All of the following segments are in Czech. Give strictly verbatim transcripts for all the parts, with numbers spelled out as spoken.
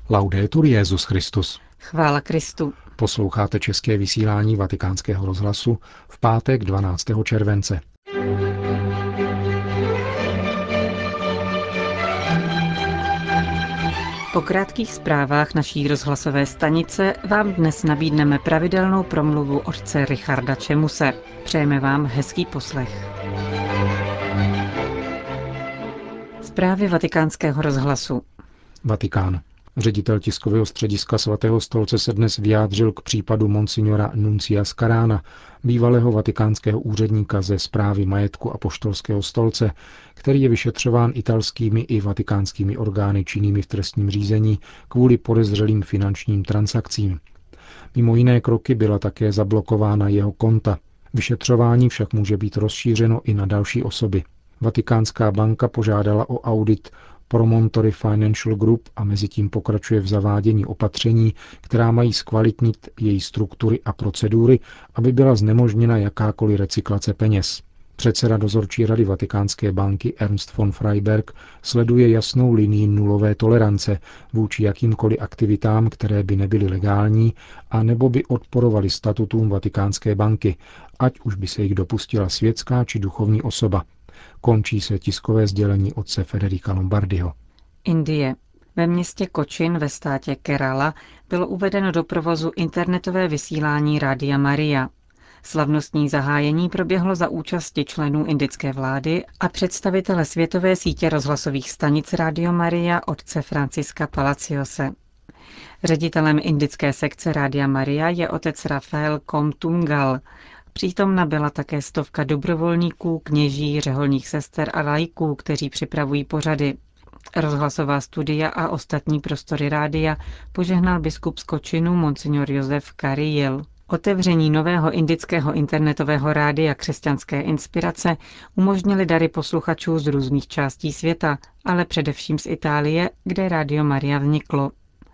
Laudetur Jesus Christus. Chvála Kristu. Posloucháte české vysílání Vatikánského rozhlasu v pátek dvanáctého července. Po krátkých zprávách naší rozhlasové stanice vám dnes nabídneme pravidelnou promluvu otce Richarda Čemuse. Přejeme vám hezký poslech. Zprávy Vatikánského rozhlasu. Vatikán. Ředitel tiskového střediska Svatého stolce se dnes vyjádřil k případu monsignora Nuncia Scarána, bývalého vatikánského úředníka ze správy majetku apoštolského stolce, který je vyšetřován italskými i vatikánskými orgány činnými v trestním řízení kvůli podezřelým finančním transakcím. Mimo jiné kroky byla také zablokována jeho konta. Vyšetřování však může být rozšířeno i na další osoby. Vatikánská banka požádala o audit Promontory Financial Group a mezitím pokračuje v zavádění opatření, která mají zkvalitnit její struktury a procedury, aby byla znemožněna jakákoliv recyklace peněz. Předseda dozorčí rady Vatikánské banky Ernst von Freiberg sleduje jasnou linii nulové tolerance vůči jakýmkoliv aktivitám, které by nebyly legální a nebo by odporovaly statutům Vatikánské banky, ať už by se jich dopustila světská či duchovní osoba. Končí se tiskové sdělení otce Federica Lombardiho. Indie. Ve městě Kočin ve státě Kerala bylo uvedeno do provozu internetové vysílání Rádia Maria. Slavnostní zahájení proběhlo za účasti členů indické vlády a představitele světové sítě rozhlasových stanic Radio Maria otce Franciska Palaciose. Ředitelem indické sekce Rádia Maria je otec Rafael Komtungal. Přítomna byla také stovka dobrovolníků, kněží, řeholních sester a laiků, kteří připravují pořady. Rozhlasová studia a ostatní prostory rádia požehnal biskup z Kočinu monsignor Josef Karijil. Otevření nového indického internetového rádia Křesťanské inspirace umožnily dary posluchačů z různých částí světa, ale především z Itálie, kde Radio Maria vzniklo.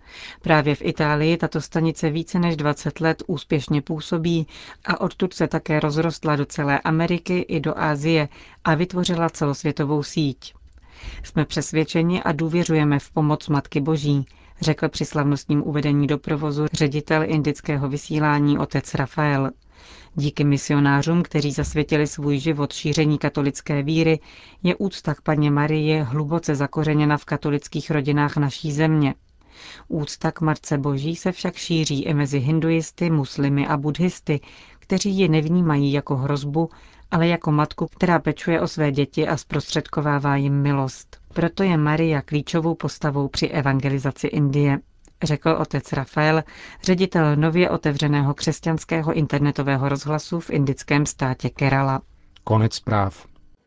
Právě v Itálii tato stanice více než dvacet let úspěšně působí a odtud se také rozrostla do celé Ameriky i do Asie a vytvořila celosvětovou síť. Jsme přesvědčeni a důvěřujeme v pomoc Matky Boží, řekl při slavnostním uvedení do provozu ředitel indického vysílání otec Rafael. Díky misionářům, kteří zasvětili svůj život šíření katolické víry, je úcta k Panně Marii hluboce zakořeněna v katolických rodinách naší země. Úcta k Matce Boží se však šíří i mezi hinduisty, muslimy a buddhisty, kteří ji nevnímají jako hrozbu, ale jako matku, která pečuje o své děti a zprostředkovává jim milost. Proto je Maria klíčovou postavou při evangelizaci Indie, řekl otec Rafael, ředitel nově otevřeného křesťanského internetového rozhlasu v indickém státě Kerala. Konec zpráv.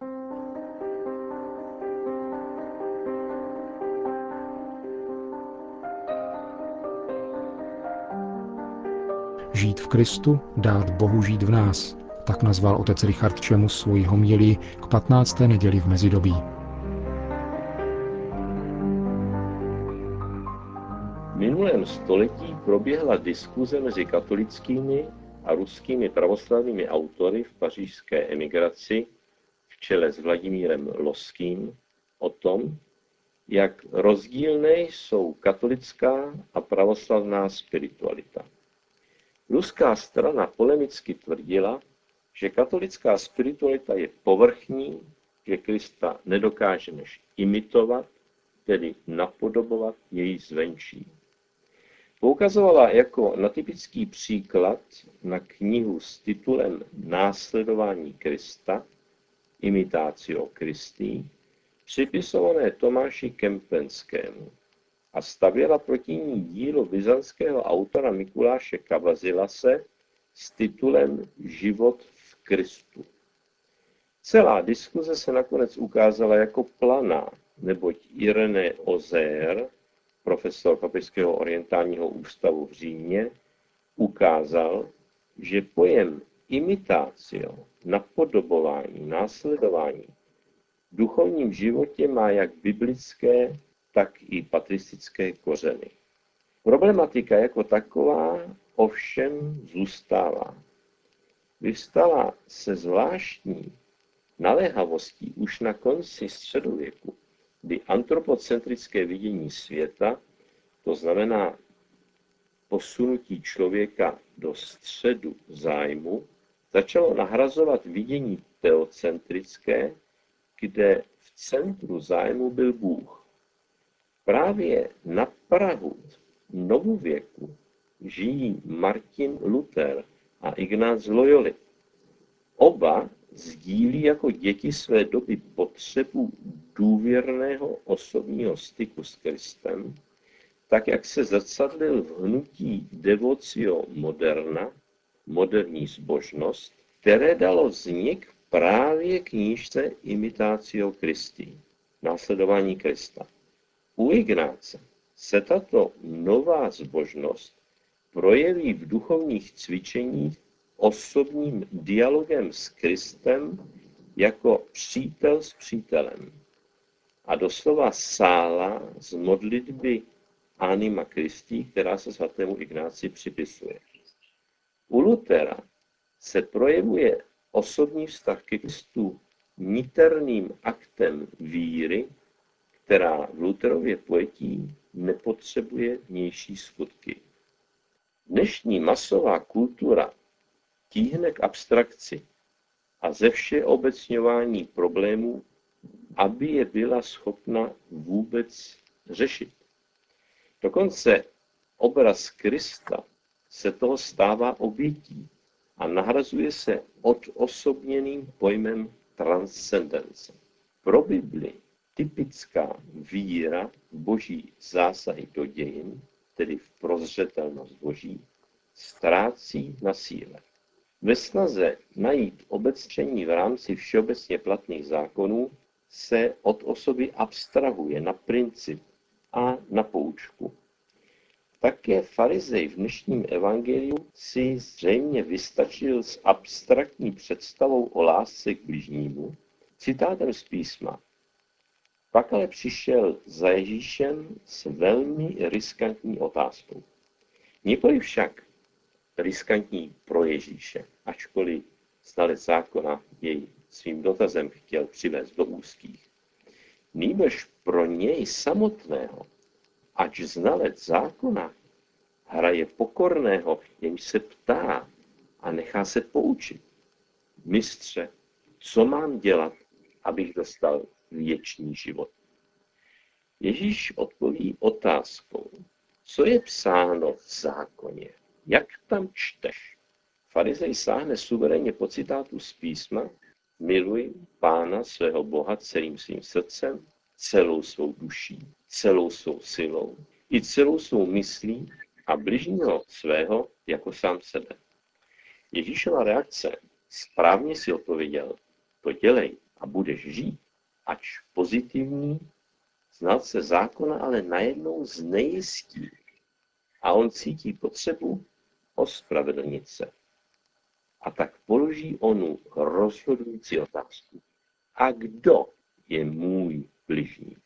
Žít v Kristu, dát Bohu žít v nás. Tak nazval otec Richard Čemus svoji homilii k patnácté neděli v mezidobí. V minulém století proběhla diskuze mezi katolickými a ruskými pravoslavnými autory v pařížské emigraci v čele s Vladimírem Loským o tom, jak rozdílné jsou katolická a pravoslavná spiritualita. Ruská strana polemicky tvrdila, že katolická spiritualita je povrchní, že Krista nedokáže než imitovat, tedy napodobovat její zvenčí. Poukazovala jako na typický příklad na knihu s titulem Následování Krista, Imitatio Christi, připisované Tomáši Kempenskému, a stavěla proti ní dílo byzantského autora Mikuláše Kavazilase s titulem Život v Kristu. Celá diskuze se nakonec ukázala jako planá, neboť Irené Ozer, profesor Papežského orientálního ústavu v Římě, ukázal, že pojem imitácio, napodobování, následování v duchovním životě má jak biblické, tak i patristické kořeny. Problematika jako taková ovšem zůstává. Vyvstala se zvláštní naléhavostí už na konci středověku, kdy antropocentrické vidění světa to znamená posunutí člověka do středu zájmu, začalo nahrazovat vidění teocentrické, kde v centru zájmu byl Bůh. Právě na prahu novověku žijí Martin Luther a Ignác z Loyoly. Oba sdílí jako děti své doby potřebu důvěrného osobního styku s Kristem, tak jak se zrcadlil v hnutí Devotio Moderna, moderní zbožnost, které dalo vznik právě knížce Imitatio Christi, následování Krista. U Ignáce se tato nová zbožnost projeví v duchovních cvičeních osobním dialogem s Kristem jako přítel s přítelem. A doslova sála z modlitby Anima Christi, která se svatému Ignáci připisuje. U Luthera se projevuje osobní vztah k Kristu niterným aktem víry, která v Lutherově pojetí nepotřebuje vnější skutky. Dnešní masová kultura tíhne k abstrakci a ze všeobecňování problémů, aby je byla schopna vůbec řešit. Dokonce obraz Krista se toho stává obětí a nahrazuje se odosobněným pojmem transcendence. Pro Bibli typická víra v boží zásahy do dějin, tedy v prozřetelnost boží, ztrácí na síle. Ve snaze najít obecření v rámci všeobecně platných zákonů se od osoby abstrahuje na princip a na poučku. Také farizej v dnešním evangeliu si zřejmě vystačil s abstraktní představou o lásce k bližnímu, citátem z písma. Pak ale přišel za Ježíšem s velmi riskantní otázkou. Nikoli však riskantní pro Ježíše, ačkoliv znalec zákona jej svým dotazem chtěl přivést do úzkých. Nýbrž pro něj samotného, ač znalec zákona hraje pokorného, jenž se ptá a nechá se poučit. Mistře, co mám dělat, abych dostal věčný život? Ježíš odpoví otázkou, co je psáno v zákoně, jak tam čteš. Farizej sáhne suverénně po citátu z písma, miluj Pána svého Boha celým svým srdcem, celou svou duší, celou svou silou i celou svou myslí a bližního svého jako sám sebe. Ježíšova reakce správně si odpověděl, to dělej a budeš žít, ač pozitivní, znalce zákona ale najednou znejistí a on cítí potřebu ospravedlnit se. A tak položí onu rozhodující otázku. A kdo je můj bližní?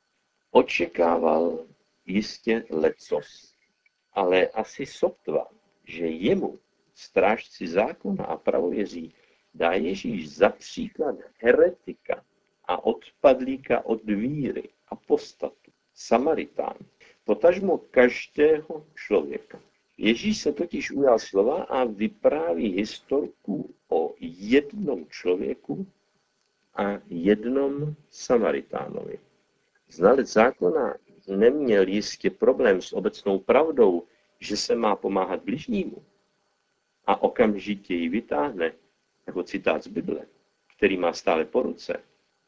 Očekával jistě lecos, ale asi sotva, že jemu, strážci zákona a pravověří, dá Ježíš za příklad heretika a odpadlíka od víry a postatu, Samaritán, potažmo každého člověka. Ježíš se totiž ujal slova a vypráví historku o jednom člověku a jednom Samaritánovi. Znalec zákona neměl jistě problém s obecnou pravdou, že se má pomáhat bližnímu. A okamžitě ji vytáhne, jako citát z Bible, který má stále po ruce.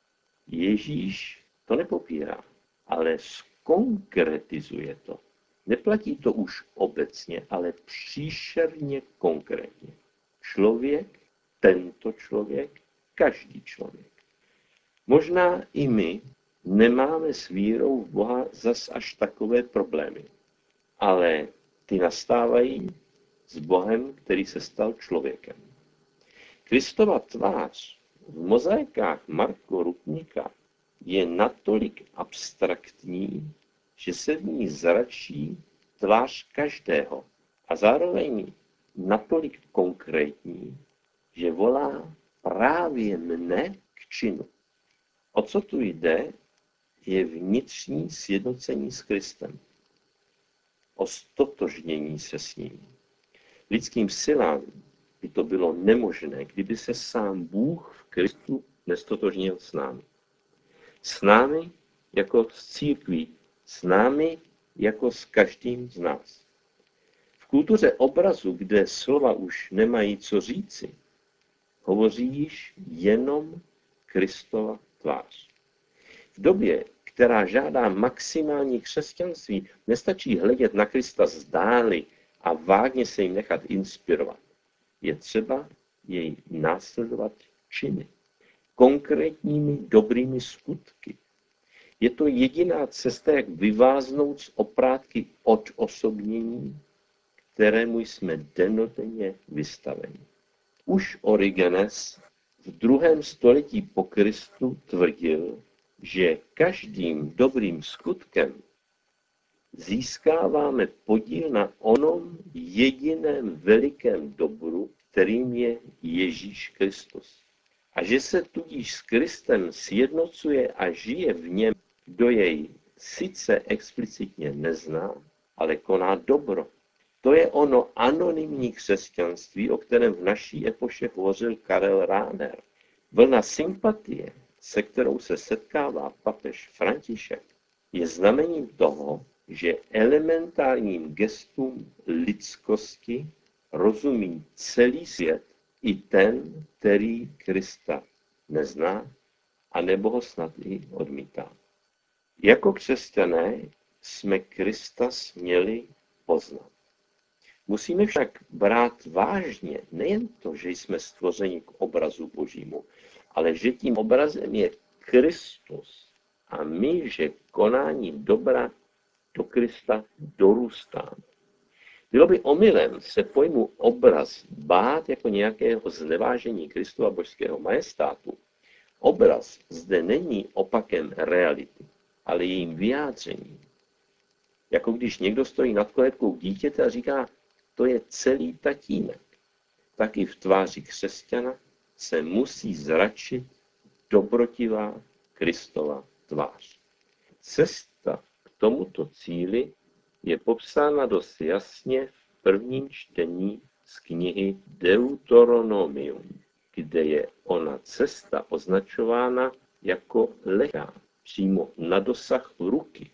Ježíš to nepopírá, ale zkonkretizuje to. Neplatí to už obecně, ale příšerně konkrétně. Člověk, tento člověk, každý člověk. Možná i my nemáme s vírou v Boha zas až takové problémy, ale ty nastávají s Bohem, který se stal člověkem. Kristova tvář v mozaikách Marko Rupnika je natolik abstraktní, že se v ní zračí tvář každého a zároveň natolik konkrétní, že volá právě mne k činu. O co tu jde, je vnitřní sjednocení s Kristem. o stotožnění se s ním. Lidským silám by to bylo nemožné, kdyby se sám Bůh v Kristu nestotožnil s námi. S námi jako s církví, s námi jako s každým z nás. V kultuře obrazu, kde slova už nemají co říci, hovoří již jenom Kristova tvář. V době, která žádá maximální křesťanství, nestačí hledět na Krista zdáli a vágně se jim nechat inspirovat. Je třeba jej následovat činy, konkrétními dobrými skutky. Je to jediná cesta, jak vyváznout z oprátky odosobnění, kterému jsme dennodenně vystaveni. Už Origenes v druhém století po Kristu tvrdil, že každým dobrým skutkem získáváme podíl na onom jediném velikém dobru, kterým je Ježíš Kristus. A že se tudíž s Kristem sjednocuje a žije v něm, kdo jej sice explicitně nezná, ale koná dobro. To je ono anonymní křesťanství, o kterém v naší epoše hovořil Karel Rahner. Vlna sympatie, se kterou se setkává papež František, je znamením toho, že elementárním gestům lidskosti rozumí celý svět, i ten, který Krista nezná, anebo ho snad i odmítá. Jako křesťané jsme Krista směli poznat. Musíme však brát vážně nejen to, že jsme stvořeni k obrazu Božímu, ale že tím obrazem je Kristus a my, že konáním dobra do Krista dorůstáme. Bylo by omylem se pojmu obraz bát jako nějakého znevážení Kristova božského majestátu. Obraz zde není opakem reality, ale jejím vyjádřením. Jako když někdo stojí nad kolébkou dítěte a říká, to je celý tatínek, tak i v tváři křesťana se musí zračit dobrotivá Kristova tvář. Cesta k tomuto cíli je popsána dost jasně v prvním čtení z knihy Deuteronomium, kde je ona cesta označována jako lehká, přímo na dosah ruky.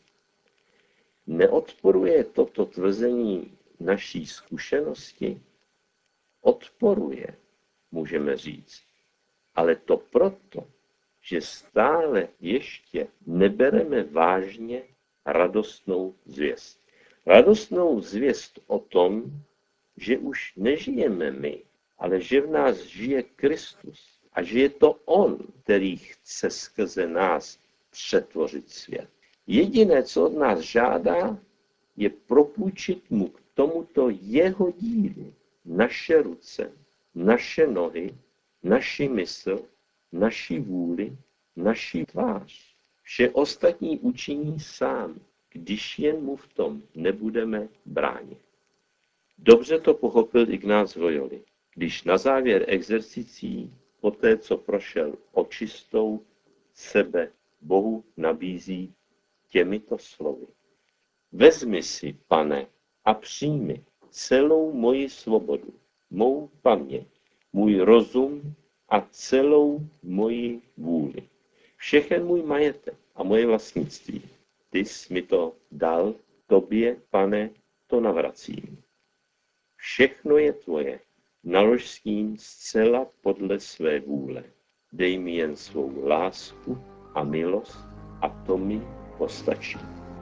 Neodporuje toto tvrzení naší zkušenosti? Odporuje, můžeme říct. Ale to proto, že stále ještě nebereme vážně radostnou zvěst. Radostnou zvěst o tom, že už nežijeme my, ale že v nás žije Kristus a že je to On, který chce skrze nás přetvořit svět. Jediné, co od nás žádá, je propůjčit mu k tomuto jeho dílu naše ruce, naše nohy, naši mysl, naši vůli, naši tvář. Vše ostatní učiní sám, když jen mu v tom nebudeme bránit. Dobře to pochopil Ignác Loyoli, když na závěr exercicí, poté co prošel očistou, sebe Bohu nabízí těmito slovy. Vezmi si, Pane, a přijmi celou moji svobodu, mou paměť, můj rozum a celou moji vůli. Všechen můj majetek a moje vlastnictví. Ty jsi mi to dal, tobě, Pane, to navracím. Všechno je tvoje, nalož s tím zcela podle své vůle. Dej mi jen svou lásku a milost a to mi postačí.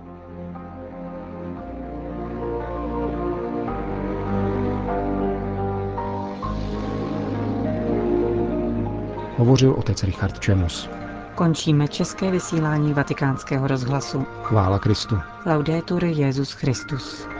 Hovořil otec Richard Čemus. Končíme české vysílání Vatikánského rozhlasu. Chvála Kristu. Laudetur Jesus Christus.